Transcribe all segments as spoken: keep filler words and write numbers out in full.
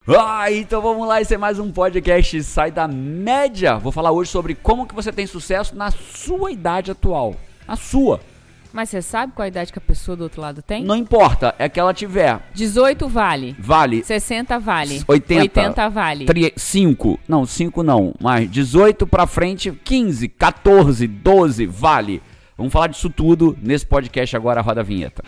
Ah, então vamos lá, esse é mais um podcast Sai da Média. Vou falar hoje sobre como que você tem sucesso na sua idade atual. Na sua. Mas você sabe qual a idade que a pessoa do outro lado tem? Não importa, é que ela tiver. dezoito vale. Vale. sessenta vale. oitenta. oitenta vale. cinco. Não, cinco não. Mas dezoito pra frente, quinze, quatorze, doze, vale. Vamos falar disso tudo nesse podcast agora, roda a vinheta.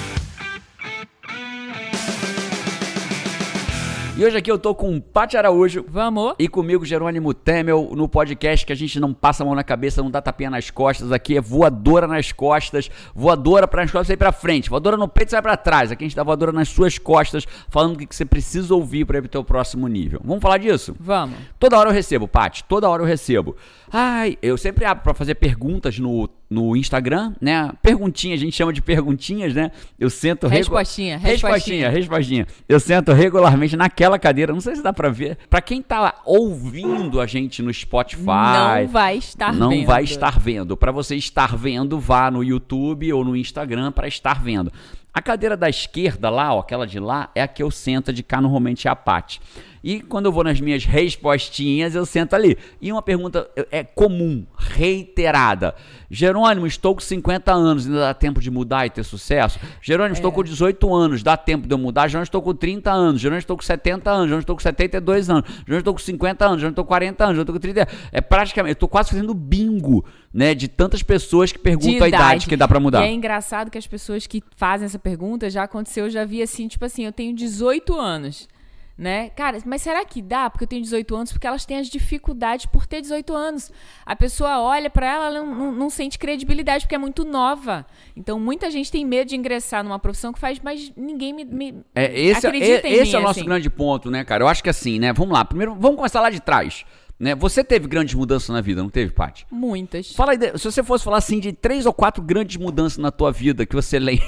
E hoje aqui eu tô com o Paty Araújo. Vamos. E comigo, Jerônimo Temel, no podcast que a gente não passa a mão na cabeça, não dá tapinha nas costas. Aqui é voadora nas costas, voadora para as costas e sai pra frente, voadora no peito e sai pra trás. Aqui a gente dá voadora nas suas costas, falando o que você precisa ouvir para ir pro teu próximo nível. Vamos falar disso? Vamos. Toda hora eu recebo, Paty, toda hora eu recebo. Ai, eu sempre abro pra fazer perguntas no, no Instagram, né? Perguntinha, a gente chama de perguntinhas, né? Eu sento... Respostinha, regu... respostinha. Respostinha, respostinha. Eu sento regularmente naquela cadeira, não sei se dá pra ver. Pra quem tá ouvindo a gente no Spotify... Não vai estar não vendo. Não vai estar vendo. Pra você estar vendo, vá no YouTube ou no Instagram pra estar vendo. A cadeira da esquerda lá, ó, aquela de lá, é a que eu sento de cá normalmente é a Paty. E quando eu vou nas minhas respostinhas, eu sento ali. E uma pergunta é comum, reiterada. Jerônimo, estou com cinquenta anos, ainda dá tempo de mudar e ter sucesso? Jerônimo, é. estou com dezoito anos, dá tempo de eu mudar? Jerônimo, estou com trinta anos. Jerônimo, estou com setenta anos. Jerônimo, estou com setenta e dois anos. Jerônimo, estou com cinquenta anos. Jerônimo, estou com quarenta anos. Jerônimo, estou com trinta anos. É praticamente, eu estou quase fazendo bingo, né, de tantas pessoas que perguntam a idade que dá pra mudar. E é engraçado que as pessoas que fazem essa pergunta, já aconteceu, eu já vi assim, tipo assim, eu tenho dezoito anos. Né? Cara, mas será que dá? Porque eu tenho dezoito anos, porque elas têm as dificuldades por ter dezoito anos. A pessoa olha pra ela, ela não, não, não sente credibilidade, porque é muito nova. Então, muita gente tem medo de ingressar numa profissão que faz, mas ninguém me, me é, esse, acredita é, em esse mim, é o nosso assim. grande ponto, né, cara? Eu acho que assim, né? Vamos lá, primeiro, vamos começar lá de trás. Né? Você teve grandes mudanças na vida, não teve, Paty? Muitas. Fala aí, se você fosse falar assim de três ou quatro grandes mudanças na tua vida que você lembra...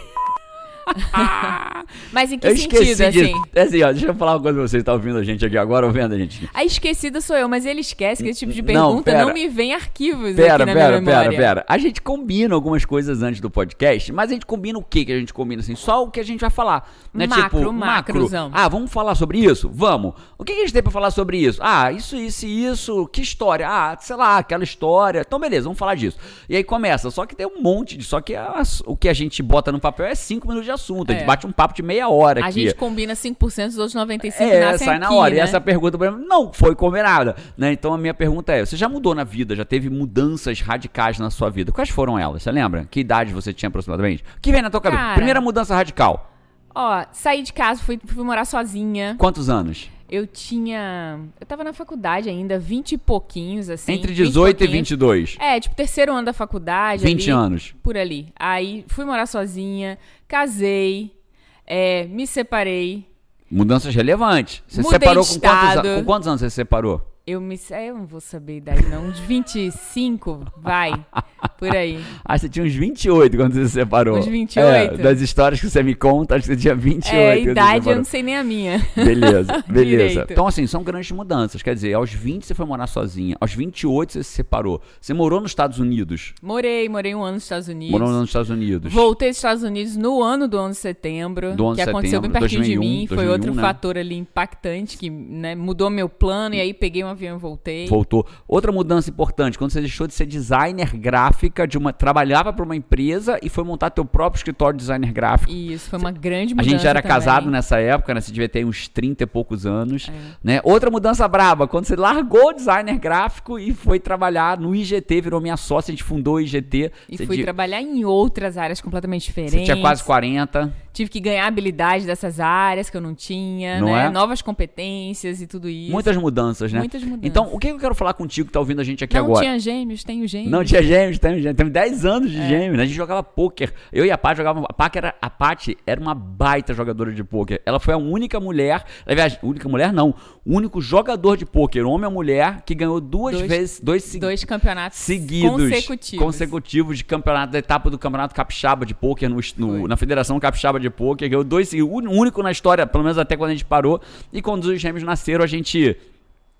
Mas em que eu sentido, de... assim? É assim, ó, deixa eu falar uma coisa pra você que tá ouvindo a gente aqui agora, ouvindo a gente. A esquecida sou eu, mas ele esquece que esse tipo de pergunta não, não me vem arquivos pera, aqui na pera, minha memória. Pera, pera, A gente combina algumas coisas antes do podcast, mas a gente combina o que que a gente combina, assim? Só o que a gente vai falar, né? Macro, tipo, macrozão. Ah, vamos falar sobre isso? Vamos. O que que a gente tem pra falar sobre isso? Ah, isso, isso e isso. Que história? Ah, sei lá, aquela história. Então, beleza, vamos falar disso. E aí começa, só que tem um monte de... Só que a, o que a gente bota no papel é cinco minutos de assunto. É. A gente bate um papo de meia hora aqui. A gente combina cinco por cento, os outros noventa e cinco por cento é, nascem sai aqui, na hora. né? E essa pergunta, por exemplo, não foi combinada, né? Então a minha pergunta é, você já mudou na vida? Já teve mudanças radicais na sua vida? Quais foram elas? Você lembra? Que idade você tinha aproximadamente? O que vem na tua cabeça? Cara, primeira mudança radical. Ó, saí de casa, fui, fui morar sozinha. Quantos anos? Eu tinha... Eu tava na faculdade ainda, vinte e pouquinhos, assim. Entre dezoito e vinte e dois. É, tipo, terceiro ano da faculdade. vinte ali, anos. Por ali. Aí, fui morar sozinha, casei, é, me separei. Mudanças relevantes. Você Mudei separou de com quantos, estado. com quantos anos você se separou? Eu me... Eu não vou saber a idade, não. Uns vinte e cinco, vai. Por aí. Ah, você tinha uns vinte e oito quando você se separou. Uns vinte e oito? É, das histórias que você me conta, acho que você tinha vinte e oito. É, idade eu não sei nem a minha. Beleza, beleza. Direito. Então, assim, são grandes mudanças. Quer dizer, aos vinte você foi morar sozinha. Aos vinte e oito você se separou. Você morou nos Estados Unidos? Morei, morei um ano nos Estados Unidos. Morou nos Estados Unidos. Voltei dos Estados Unidos no ano do onze de setembro. Do onze de que aconteceu setembro, bem pertinho dois mil e um, de mim. Foi dois mil e um, outro né? fator ali impactante que, né, mudou meu plano. E aí peguei um avião e voltei. Voltou. Outra mudança importante, quando você deixou de ser designer gráfica, de uma, trabalhava para uma empresa e foi montar teu próprio escritório de designer gráfico. Isso, foi uma grande A mudança. gente já era também. casado nessa época, né? Você devia ter uns trinta e poucos anos. É. Né? Outra mudança braba, quando você largou o designer gráfico e foi trabalhar no I G T, virou minha sócia, a gente fundou o I G T. E você fui de... trabalhar em outras áreas completamente diferentes. Você tinha quase quarenta. Tive que ganhar habilidade dessas áreas que eu não tinha, Não né? é? Novas competências e tudo isso. Muitas mudanças, né? Muitas mudanças. Então, o que eu quero falar contigo que tá ouvindo a gente aqui não agora? Não tinha gêmeos, tenho gêmeos. Não tinha gêmeos, tenho gêmeos. Temos dez anos de É. gêmeos, né? A gente jogava pôquer. Eu e a Paty jogavam... A Paty era, a Paty era uma baita jogadora de pôquer. Ela foi a única mulher... Aliás, única mulher não. O único jogador de pôquer, homem ou mulher, que ganhou duas dois, vezes... Dois, dois campeonatos seguidos, consecutivos. consecutivos de campeonato, da etapa do Campeonato Capixaba de Pôquer no, no, na Federação Capixaba de Pôquer. Ganhou dois... O único na história, pelo menos até quando a gente parou. E quando os gêmeos nasceram, a gente...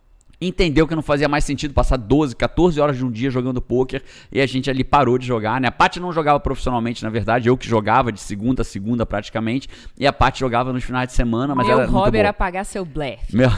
entendeu que não fazia mais sentido passar doze, quatorze horas de um dia jogando pôquer, e a gente ali parou de jogar, né? A Paty não jogava profissionalmente, na verdade, eu que jogava de segunda a segunda praticamente, e a Paty jogava nos finais de semana, mas Meu era muito hobby bom. era pagar seu blefe. Meu...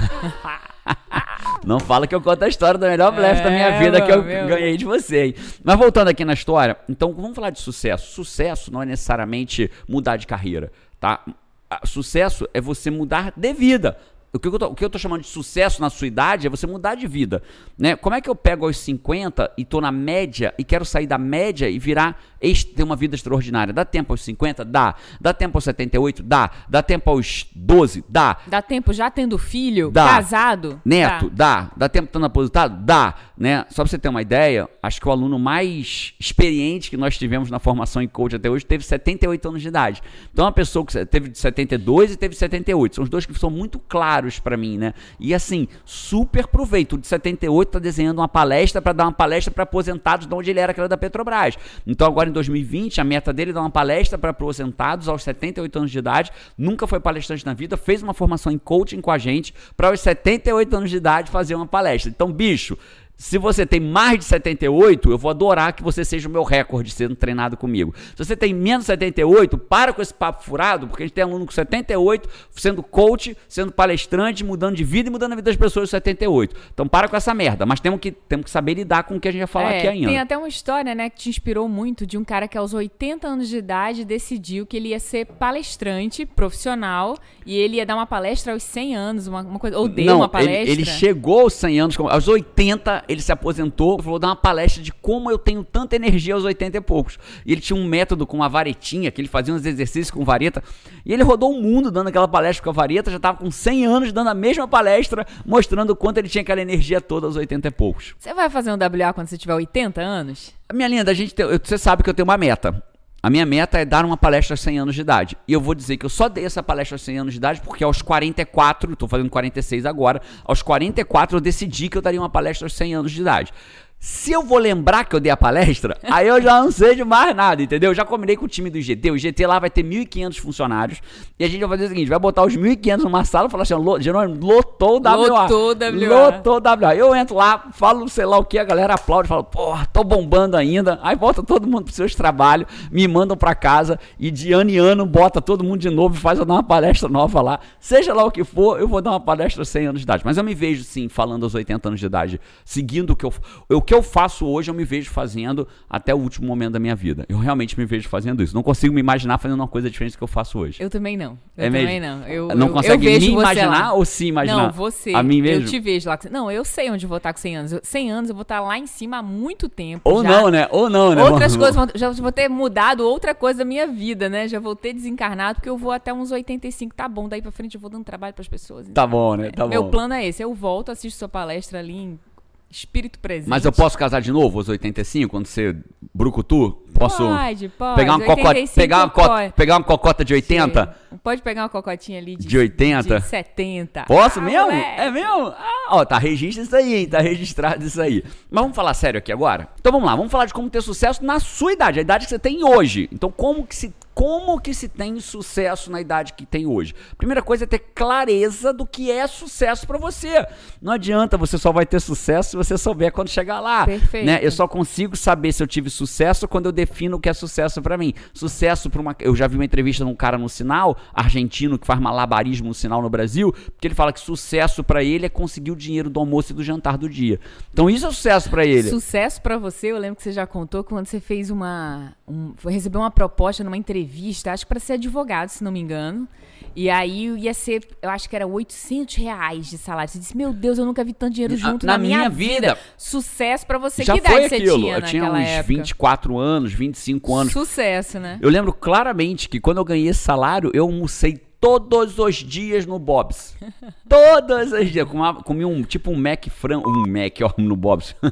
Não fala que eu conto a história do melhor blefe é, da minha vida que eu meu... ganhei de você, hein? Mas voltando aqui na história, então vamos falar de sucesso. Sucesso não é necessariamente mudar de carreira, tá? Sucesso é você mudar de vida. O que, eu tô, o que eu tô chamando de sucesso na sua idade é você mudar de vida, né? Como é que eu pego aos cinquenta e tô na média e quero sair da média e virar, ter uma vida extraordinária? Dá tempo aos cinquenta? Dá. Dá tempo aos setenta e oito? Dá. Dá tempo aos doze? Dá. Dá tempo já tendo filho? Dá. Casado? Neto? Dá. Dá. Dá tempo estando aposentado? Dá. Né? Só pra você ter uma ideia, acho que o aluno mais experiente que nós tivemos na formação em coach até hoje teve setenta e oito anos de idade. Então, uma pessoa que teve de setenta e dois e teve de setenta e oito. São os dois que são muito claros para mim, né? E assim, super proveito. O de setenta e oito tá desenhando uma palestra para dar uma palestra para aposentados de onde ele era, que era da Petrobras. Então agora em dois mil e vinte, a meta dele é dar uma palestra para aposentados aos setenta e oito anos de idade. Nunca foi palestrante na vida, fez uma formação em coaching com a gente para aos setenta e oito anos de idade fazer uma palestra. Então, bicho, se você tem mais de setenta e oito, eu vou adorar que você seja o meu recorde sendo treinado comigo. Se você tem menos de setenta e oito, para com esse papo furado, porque a gente tem aluno com setenta e oito, sendo coach, sendo palestrante, mudando de vida e mudando a vida das pessoas com setenta e oito. Então para com essa merda, mas temos que, temos que saber lidar com o que a gente vai falar é, aqui ainda. Tem até uma história, né, que te inspirou muito, de um cara que aos oitenta anos de idade decidiu que ele ia ser palestrante profissional e ele ia dar uma palestra aos cem anos, uma, uma coisa, ou deu Não, uma palestra. Ele, ele chegou aos cem anos, aos oitenta ele se aposentou, falou dar uma palestra de como eu tenho tanta energia aos oitenta e poucos. E ele tinha um método com uma varetinha, que ele fazia uns exercícios com vareta, e ele rodou o mundo dando aquela palestra com a vareta, já estava com cem anos dando a mesma palestra, mostrando o quanto ele tinha aquela energia toda aos oitenta e poucos. Você vai fazer um W A quando você tiver oitenta anos? Minha linda, a gente tem, você sabe que eu tenho uma meta. A minha meta é dar uma palestra aos cem anos de idade. E eu vou dizer que eu só dei essa palestra aos cem anos de idade porque aos quarenta e quatro, estou fazendo quarenta e seis agora, aos quarenta e quatro eu decidi que eu daria uma palestra aos cem anos de idade. Se eu vou lembrar que eu dei a palestra, aí eu já não sei de mais nada, entendeu? Eu já combinei com o time do I G T. O I G T lá vai ter mil e quinhentos funcionários. E a gente vai fazer o seguinte, vai botar os mil e quinhentos numa sala e falar assim, Jerônimo, lotou o W A. Lotou o W A. Lotou o W A. Eu entro lá, falo sei lá o que, a galera aplaude, fala, porra, tô bombando ainda. Aí volta todo mundo pros seus trabalhos, me mandam pra casa e de ano em ano bota todo mundo de novo e faz eu dar uma palestra nova lá. Seja lá o que for, eu vou dar uma palestra aos cem anos de idade. Mas eu me vejo sim falando aos oitenta anos de idade, seguindo o que eu... O que eu faço hoje, eu me vejo fazendo até o último momento da minha vida. Eu realmente me vejo fazendo isso. Não consigo me imaginar fazendo uma coisa diferente do que eu faço hoje. Eu também não. Eu é também mesmo? não. Eu, não eu, consegue eu vejo me imaginar lá. ou se imaginar? Não, você. A mim mesmo? Eu te vejo lá. Não, eu sei onde eu vou estar com cem anos. Eu, cem anos eu vou estar lá em cima há muito tempo. Ou já. não, né? Ou não, né? Outras Vamos, coisas, vamos. já vou ter mudado outra coisa da minha vida, né? Já vou ter desencarnado, porque eu vou até uns oitenta e cinco. Tá bom, daí pra frente eu vou dando trabalho pras pessoas. Tá bom, né? Tá Meu bom. plano é esse. Eu volto, assisto sua palestra ali em espírito presente. Mas eu posso casar de novo aos oitenta e cinco, quando você brucutu? Posso Pode, pode. pegar uma, cocota, pegar, uma pode. cocota, pegar uma cocota de oitenta? Sim. Pode pegar uma cocotinha ali de, de oitenta? De setenta. Posso ah, mesmo? moleque. É mesmo? Ah, ó, tá registrado isso aí, hein? Tá registrado isso aí. Mas vamos falar sério aqui agora? Então vamos lá, vamos falar de como ter sucesso na sua idade, a idade que você tem hoje. Então como que se... Como que se tem sucesso na idade que tem hoje? Primeira coisa é ter clareza do que é sucesso pra você. Não adianta, você só vai ter sucesso se você souber quando chegar lá. Perfeito. Né? Eu só consigo saber se eu tive sucesso quando eu defino o que é sucesso pra mim. Sucesso pra uma... Eu já vi uma entrevista de um cara no Sinal, argentino, que faz malabarismo no Sinal no Brasil, que ele fala que sucesso pra ele é conseguir o dinheiro do almoço e do jantar do dia. Então isso é sucesso pra ele. Sucesso pra você, eu lembro que você já contou quando você fez uma... Um, recebeu uma proposta numa entrevista, acho que para ser advogado, se não me engano. E aí ia ser, eu acho que era oitocentos reais de salário. Você disse, meu Deus, eu nunca vi tanto dinheiro junto na, na minha, minha vida. vida. Sucesso pra você. Já que foi idade aquilo. você tinha eu tinha naquela uns época? vinte e quatro anos, vinte e cinco anos. Sucesso, né? Eu lembro claramente que quando eu ganhei esse salário, eu almocei todos os dias no Bob's. Todos os dias. Comi um, tipo um Mac frango. Um Mac, ó, no Bob's.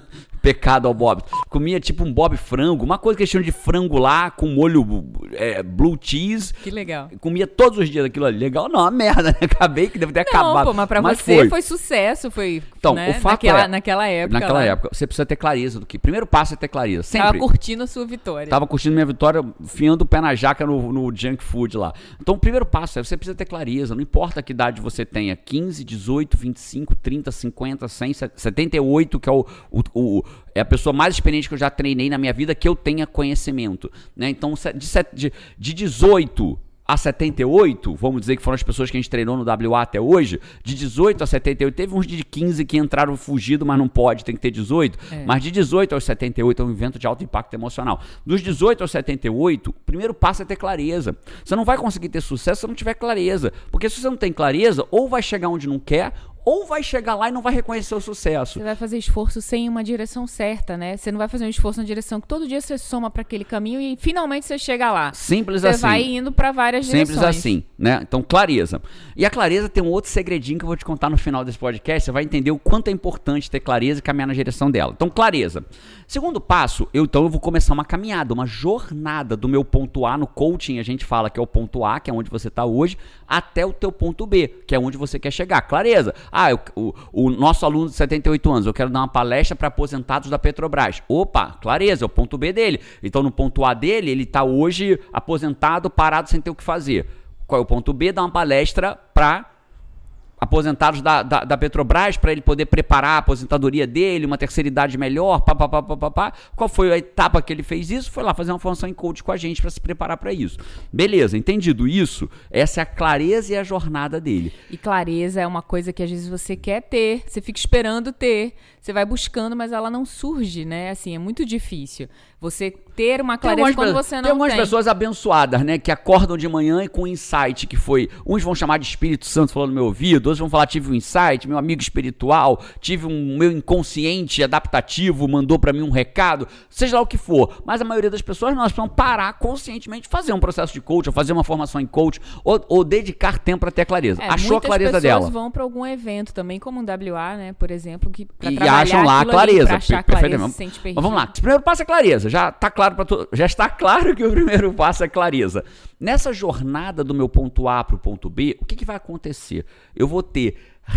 Pecado ao Bob. Comia tipo um Bob frango, uma coisa que eles chamam de frango lá, com molho é, blue cheese. Que legal. Comia todos os dias aquilo ali. Legal não, uma merda, né? Acabei que deve ter Não, acabado. Pô, mas pra mas você foi. foi sucesso, foi Então, né? o fato naquela, é, naquela época. Naquela lá. época, você precisa ter clareza do que. Primeiro passo é ter clareza. Sempre. Tava curtindo a sua vitória. Tava curtindo minha vitória, fiando o pé na jaca no, no junk food lá. Então, o primeiro passo é você precisa ter clareza. Não importa que idade você tenha, quinze, dezoito, vinte e cinco, trinta, cinquenta, cem, setenta e oito, que é o, o, o é a pessoa mais experiente que eu já treinei na minha vida, que eu tenha conhecimento, né? Então, de, de, de dezoito a setenta e oito, vamos dizer que foram as pessoas que a gente treinou no W A até hoje, de dezoito a setenta e oito, teve uns de quinze que entraram fugido, mas não pode, tem que ter dezoito, é. Mas de dezoito aos setenta e oito é um evento de alto impacto emocional. Dos dezoito aos setenta e oito, o primeiro passo é ter clareza. Você não vai conseguir ter sucesso se não tiver clareza, porque se você não tem clareza, ou vai chegar onde não quer, ou vai chegar lá e não vai reconhecer o sucesso. Você vai fazer esforço sem uma direção certa, né? Você não vai fazer um esforço na direção que todo dia você soma para aquele caminho e finalmente você chega lá. Simples você assim. Você vai indo para várias Simples direções. Simples assim, né? Então, clareza. E a clareza tem um outro segredinho que eu vou te contar no final desse podcast. Você vai entender o quanto é importante ter clareza e caminhar na direção dela. Então, clareza. Segundo passo, eu então eu vou começar uma caminhada, uma jornada do meu ponto A no coaching. A gente fala que é o ponto A, que é onde você está hoje, até o teu ponto B, que é onde você quer chegar. Clareza. Ah, eu, o, o nosso aluno de setenta e oito anos, eu quero dar uma palestra para aposentados da Petrobras. Opa, clareza, é o ponto B dele. Então, no ponto A dele, ele está hoje aposentado, parado, sem ter o que fazer. Qual é o ponto B? Dar uma palestra para aposentados da, da, da Petrobras, para ele poder preparar a aposentadoria dele, uma terceira idade melhor, pá, pá, pá, pá, pá, pá. Qual foi a etapa que ele fez isso? Foi lá fazer uma formação em coach com a gente para se preparar para isso. Beleza, entendido isso? Essa é a clareza e a jornada dele. E clareza é uma coisa que às vezes você quer ter, você fica esperando ter, você vai buscando, mas ela não surge, né? Assim, é muito difícil você ter uma clareza quando você não tem. Tem algumas pessoas abençoadas, né? Que acordam de manhã e com um insight que foi... Uns vão chamar de Espírito Santo falando no meu ouvido, outros vão falar, tive um insight, meu amigo espiritual, tive um meu inconsciente adaptativo, mandou pra mim um recado, seja lá o que for. Mas a maioria das pessoas, nós precisamos parar conscientemente, fazer um processo de coach, ou fazer uma formação em coach, ou, ou dedicar tempo pra ter clareza. É, Achou a clareza dela. Muitas pessoas vão pra algum evento também, como um W A, né? Por exemplo, que pra e trabalhar acham lá a clareza. pra achar clareza, se sente perdido. Mas vamos lá, o primeiro passo é clareza. Já tá claro para to... já está claro que o primeiro passo é clareza. Nessa jornada do meu ponto A para o ponto B, o que, que vai acontecer? Eu vou ter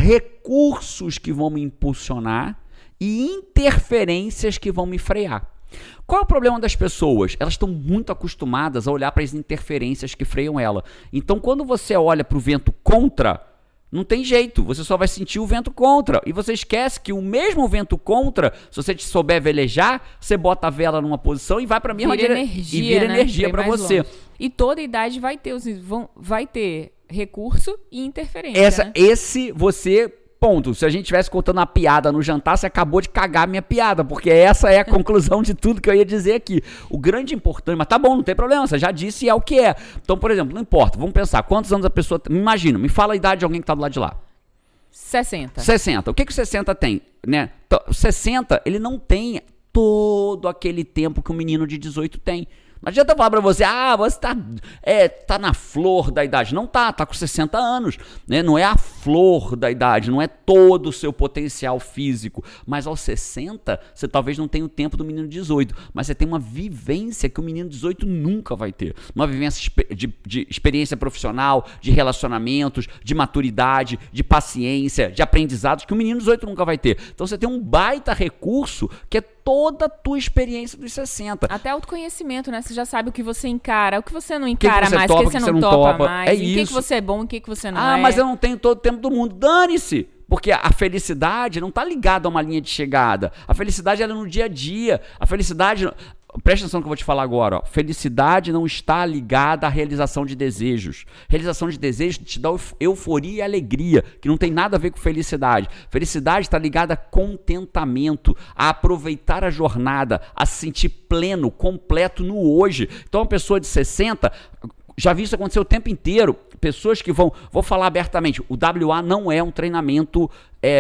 recursos que vão me impulsionar e interferências que vão me frear. Qual é o problema das pessoas? Elas estão muito acostumadas a olhar para as interferências que freiam ela. Então, quando você olha para o vento contra, não tem jeito, você só vai sentir o vento contra. E você esquece que o mesmo vento contra, se você souber velejar, você bota a vela numa posição e vai para a mesma direção. E vira né? energia para você. Longe. E toda idade vai ter, vão, vai ter recurso e interferência. Essa, né? Esse você... Ponto. Se a gente estivesse contando uma piada no jantar, você acabou de cagar a minha piada, porque essa é a conclusão de tudo que eu ia dizer aqui. O grande importante, mas tá bom, não tem problema, você já disse e é o que é. Então, por exemplo, não importa, vamos pensar, quantos anos a pessoa... Me imagina, me fala a idade de alguém que tá do lado de lá. sessenta. sessenta. O que que o sessenta tem? Né? sessenta, ele não tem todo aquele tempo que um menino de dezoito tem. Não adianta eu falar pra você, ah, você tá, é, tá na flor da idade. Não tá, tá com sessenta anos, né? Não é a flor da idade, não é todo o seu potencial físico. Mas aos sessenta, você talvez não tenha o tempo do menino de dezoito, mas você tem uma vivência que o menino de dezoito nunca vai ter. Uma vivência de, de experiência profissional, de relacionamentos, de maturidade, de paciência, de aprendizados que o menino de dezoito nunca vai ter. Então você tem um baita recurso que é toda a tua experiência dos sessenta. Até autoconhecimento, né? Você já sabe o que você encara, o que você não encara que que mais, o que você, você não topa, topa mais, é em isso. que, que você é bom, em que, que você não ah, é. Ah, mas eu não tenho todo o tempo do mundo. Dane-se! Porque a felicidade não está ligada a uma linha de chegada. A felicidade ela é no dia a dia. A felicidade... Presta atenção no que eu vou te falar agora. Ó. Felicidade não está ligada à realização de desejos. Realização de desejos te dá euforia e alegria, que não tem nada a ver com felicidade. Felicidade está ligada a contentamento, a aproveitar a jornada, a se sentir pleno, completo no hoje. Então, uma pessoa de sessenta... Já vi isso acontecer o tempo inteiro. Pessoas que vão... Vou falar abertamente. O W A não é um treinamento... É,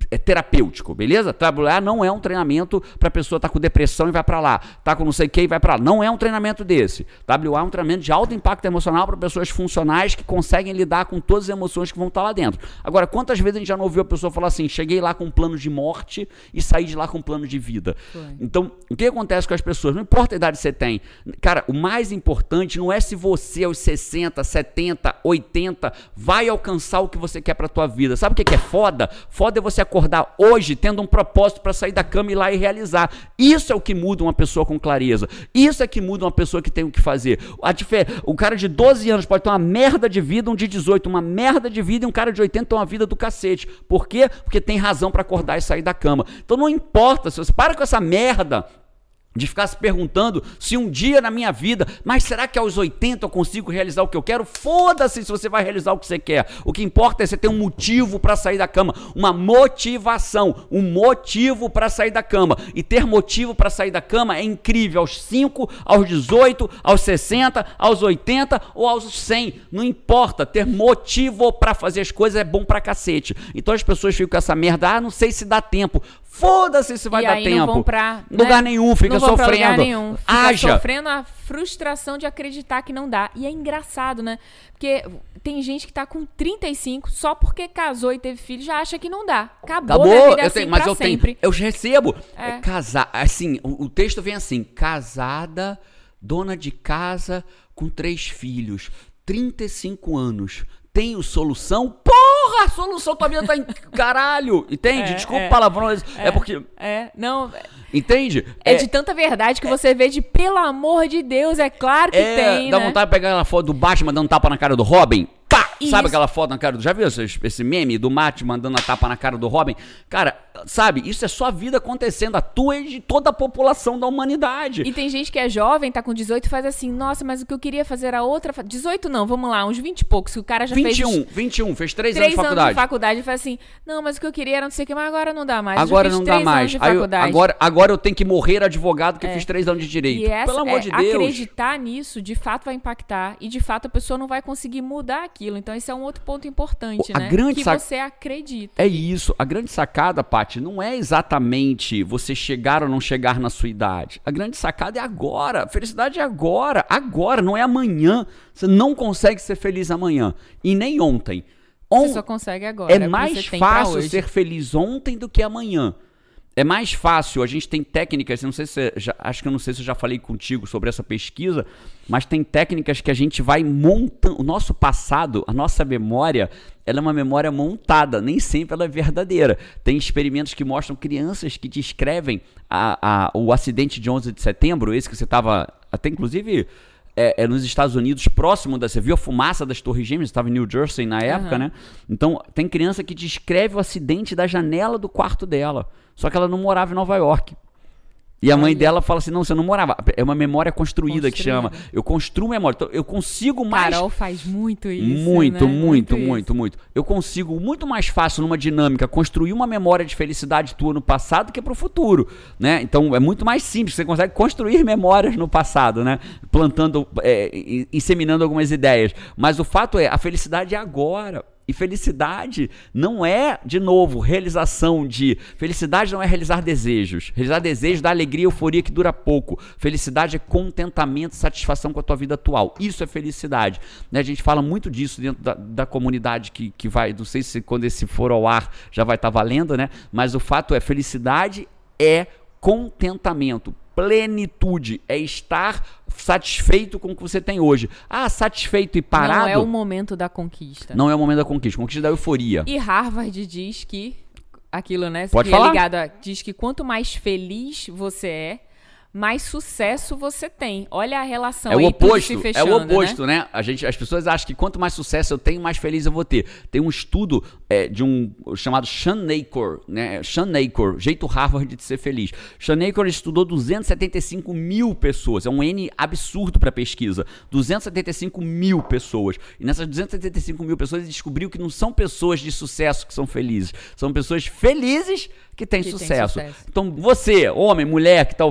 é terapêutico, beleza? W A não é um treinamento para a pessoa estar tá com depressão e vai para lá, tá com não sei o que e vai para lá. Não é um treinamento desse. W A é um treinamento de alto impacto emocional para pessoas funcionais que conseguem lidar com todas as emoções que vão estar tá lá dentro. Agora, quantas vezes a gente já não ouviu a pessoa falar assim, cheguei lá com um plano de morte e saí de lá com um plano de vida? Foi. Então, o que acontece com as pessoas? Não importa a idade que você tem. Cara, o mais importante não é se você aos sessenta, setenta, oitenta vai alcançar o que você quer para tua vida. Sabe o que é foda? Foda é você acordar hoje tendo um propósito para sair da cama e ir lá e realizar. Isso é o que muda uma pessoa com clareza. Isso é que muda uma pessoa que tem o que fazer. A difer... O cara de doze anos pode ter uma merda de vida, um de dezoito, uma merda de vida, e um cara de oitenta tem uma vida do cacete. Por quê? Porque tem razão para acordar e sair da cama. Então não importa, se você para com essa merda de ficar se perguntando se um dia na minha vida, mas será que aos oitenta eu consigo realizar o que eu quero? Foda-se se você vai realizar o que você quer. O que importa é você ter um motivo para sair da cama, uma motivação, um motivo para sair da cama. E ter motivo para sair da cama é incrível aos cinco, aos dezoito, aos sessenta, aos oitenta ou aos cem. Não importa, ter motivo para fazer as coisas é bom pra cacete. Então as pessoas ficam com essa merda, ah, não sei se dá tempo. Foda-se se vai e dar aí tempo. Não vão pra, lugar né? nenhum, fica não vão sofrendo. Pra lugar nenhum. Fica Haja. sofrendo a frustração de acreditar que não dá. E é engraçado, né? Porque tem gente que tá com trinta e cinco, só porque casou e teve filho, já acha que não dá. Acabou, Acabou. Minha vida eu assim tenho, mas pra eu sempre. tenho, eu recebo. É. É casar, assim, o, o texto vem assim, casada, dona de casa, com três filhos, trinta e cinco anos. Tenho solução? Porra, a solução tua vida tá em caralho. Entende? É, Desculpa é, o palavrão. É, é porque... É, não... Entende? É, é de tanta verdade que é, você vê de, pelo amor de Deus, é claro que é, tem, dá né? vontade de pegar aquela foto do Batman dando tapa na cara do Robin. Pá! Isso. Sabe aquela foto na cara do... Já viu esse, esse meme do Batman dando a tapa na cara do Robin? Cara, sabe? Isso é só a vida acontecendo. A tua e de toda a população da humanidade. E tem gente que é jovem, tá com dezoito e faz assim, nossa, mas o que eu queria fazer era outra... dezoito não, vamos lá, uns vinte e poucos, que o cara já vinte e um, fez... vinte e um, fez três, três anos de faculdade. anos de faculdade e faz assim, não, mas o que eu queria era não sei o que, mas agora não dá mais. Agora não dá mais. Aí eu, agora, agora eu tenho que morrer advogado que é. fiz três anos de direito. E essa, Pelo amor é, de Deus. acreditar nisso, de fato vai impactar. E de fato a pessoa não vai conseguir mudar aquilo. Então esse é um outro ponto importante, a né? Grande que sac... você acredita. É isso. A grande sacada, Paty, não é exatamente você chegar ou não chegar na sua idade. A grande sacada é agora. A felicidade é agora. Agora, não é amanhã. Você não consegue ser feliz amanhã. E nem ontem. On... Você só consegue agora. É mais fácil ser feliz ontem do que amanhã. É mais fácil, a gente tem técnicas, não sei se já, acho que eu não sei se eu já falei contigo sobre essa pesquisa, mas tem técnicas que a gente vai montando, o nosso passado, a nossa memória, ela é uma memória montada, nem sempre ela é verdadeira. Tem experimentos que mostram crianças que descrevem a, a, o acidente de onze de setembro, esse que você estava, até inclusive... É, é nos Estados Unidos, próximo da... Você viu a fumaça das Torres Gêmeas? Estava em New Jersey na época, uhum. né? Então, tem criança que descreve o acidente da janela do quarto dela. Só que ela não morava em Nova York. E a mãe Olha. dela fala assim, não, você não morava. É uma memória construída, construída. que chama. Eu construo memória. Então, eu consigo mais... Carol faz muito isso, Muito, né? muito, muito, muito, muito. Eu consigo muito mais fácil numa dinâmica construir uma memória de felicidade tua no passado que pro futuro, né? Então, é muito mais simples. Você consegue construir memórias no passado, né? Plantando, é, inseminando algumas ideias. Mas o fato é, a felicidade é agora. E felicidade não é, de novo, realização de... Felicidade não é realizar desejos. Realizar desejos dá alegria e euforia que dura pouco. Felicidade é contentamento e satisfação com a tua vida atual. Isso é felicidade. Né? A gente fala muito disso dentro da, da comunidade que, que vai... Não sei se quando esse for ao ar já vai estar valendo, né? Mas o fato é, felicidade é contentamento. Plenitude é estar satisfeito com o que você tem hoje. Ah, satisfeito e parado... Não é o momento da conquista. Não é o momento da conquista. Conquista da euforia. E Harvard diz que... Aquilo, né? Pode que falar. É ligado a, diz que quanto mais feliz você é, mais sucesso você tem. Olha a relação é o aí, oposto, se fechando, é o oposto, né? né? A gente, as pessoas acham que quanto mais sucesso eu tenho, mais feliz eu vou ter. Tem um estudo é, de um chamado Sean Acor, né? Sean Acor, jeito Harvard de ser feliz. Sean Acor estudou duzentos e setenta e cinco mil pessoas. É um N absurdo para pesquisa. duzentos e setenta e cinco mil pessoas. E nessas duzentos e setenta e cinco mil pessoas ele descobriu que não são pessoas de sucesso que são felizes. São pessoas felizes que têm que sucesso. tem sucesso. Então você, homem, mulher que está ouvindo a gente,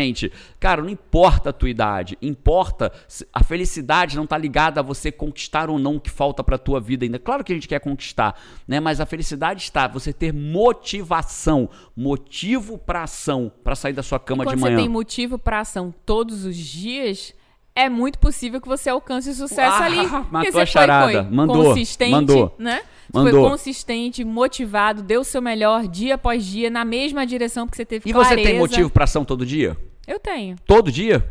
gente, cara, não importa a tua idade, importa, a felicidade não tá ligada a você conquistar ou não o que falta pra tua vida ainda. Claro que a gente quer conquistar, né? Mas a felicidade está você ter motivação, motivo pra ação, pra sair da sua cama e de manhã. Quando você tem motivo pra ação todos os dias, é muito possível que você alcance o sucesso ah, ali. Matou porque a você charada. foi, foi mandou, consistente, mandou, né? mandou. Foi consistente, motivado, deu o seu melhor dia após dia, na mesma direção que você teve e clareza. E você tem motivo pra ação todo dia? Eu tenho. Todo dia?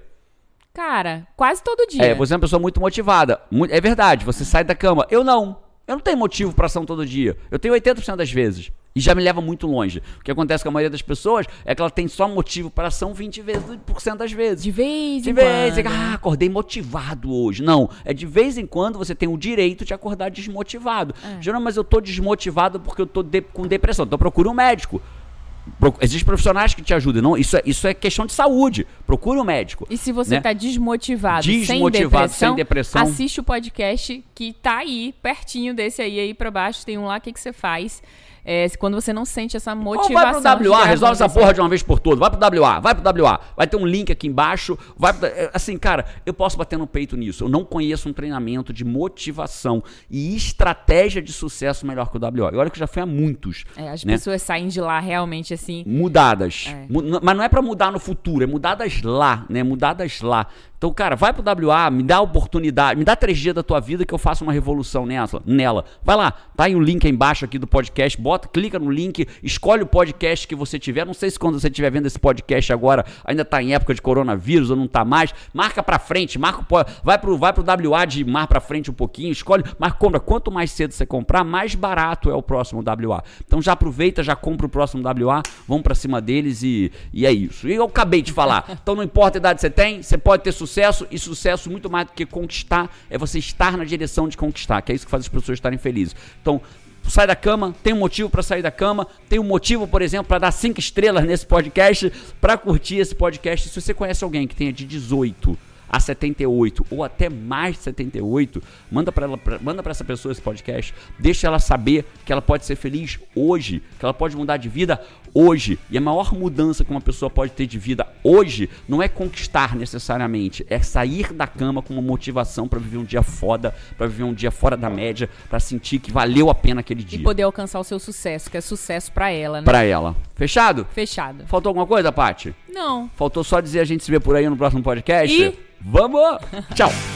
Cara, quase todo dia. É, você é uma pessoa muito motivada. É verdade, você sai da cama. Eu não. Eu não tenho motivo pra ação todo dia. Eu tenho oitenta por cento das vezes. E já me leva muito longe. O que acontece com a maioria das pessoas é que ela tem só motivo para ação vinte por cento das vezes. De vez de em vez, quando. Ah, acordei motivado hoje. Não, é de vez em quando você tem o direito de acordar desmotivado. É. Geralmente, mas eu tô desmotivado porque eu tô de, com depressão. Então procura um médico. Pro, existem profissionais que te ajudam. Não, isso, é, isso é questão de saúde. Procure um médico. E se você né? tá desmotivado, desmotivado sem, depressão, sem depressão, assiste o podcast que tá aí, pertinho desse aí, aí pra baixo. Tem um lá, o que, que você faz? É, quando você não sente essa motivação. Ou vai pro W A, resolve essa porra de uma vez por todas. Vai pro W A, vai pro W A. Vai ter um link aqui embaixo. Vai pro, assim, cara, eu posso bater no peito nisso. Eu não conheço um treinamento de motivação e estratégia de sucesso melhor que o W A. E olha que eu já fui a muitos. É, as né? pessoas saem de lá realmente assim... Mudadas. É. Mas não é pra mudar no futuro, é mudadas lá, né? Mudadas lá. Então, cara, vai pro W A, me dá a oportunidade, me dá três dias da tua vida que eu faço uma revolução nessa, nela. Vai lá, tá aí o link aí embaixo aqui do podcast, bota, clica no link, escolhe o podcast que você tiver. Não sei se quando você estiver vendo esse podcast agora ainda tá em época de coronavírus ou não tá mais. Marca pra frente, marca, vai pro, vai pro W A de mar pra frente um pouquinho, escolhe, mas compra. Quanto mais cedo você comprar, mais barato é o próximo W A. Então já aproveita, já compra o próximo W A, vamos pra cima deles e, e é isso. E eu acabei de falar. Então não importa a idade que você tem, você pode ter sucesso. Sucesso, e sucesso muito mais do que conquistar, é você estar na direção de conquistar, que é isso que faz as pessoas estarem felizes. Então, sai da cama, tem um motivo para sair da cama, tem um motivo, por exemplo, para dar cinco estrelas nesse podcast, para curtir esse podcast. Se você conhece alguém que tenha de dezoito a setenta e oito ou até mais de setenta e oito, manda para ela, pra, manda para essa pessoa esse podcast, deixa ela saber que ela pode ser feliz hoje, que ela pode mudar de vida hoje. E a maior mudança que uma pessoa pode ter de vida hoje não é conquistar necessariamente, é sair da cama com uma motivação para viver um dia foda, para viver um dia fora da média, para sentir que valeu a pena aquele dia. E poder alcançar o seu sucesso, que é sucesso para ela, né? Para ela. Fechado? Fechado. Faltou alguma coisa, Paty? Não. Faltou só dizer a gente se vê por aí no próximo podcast? E... Vamos! Tchau!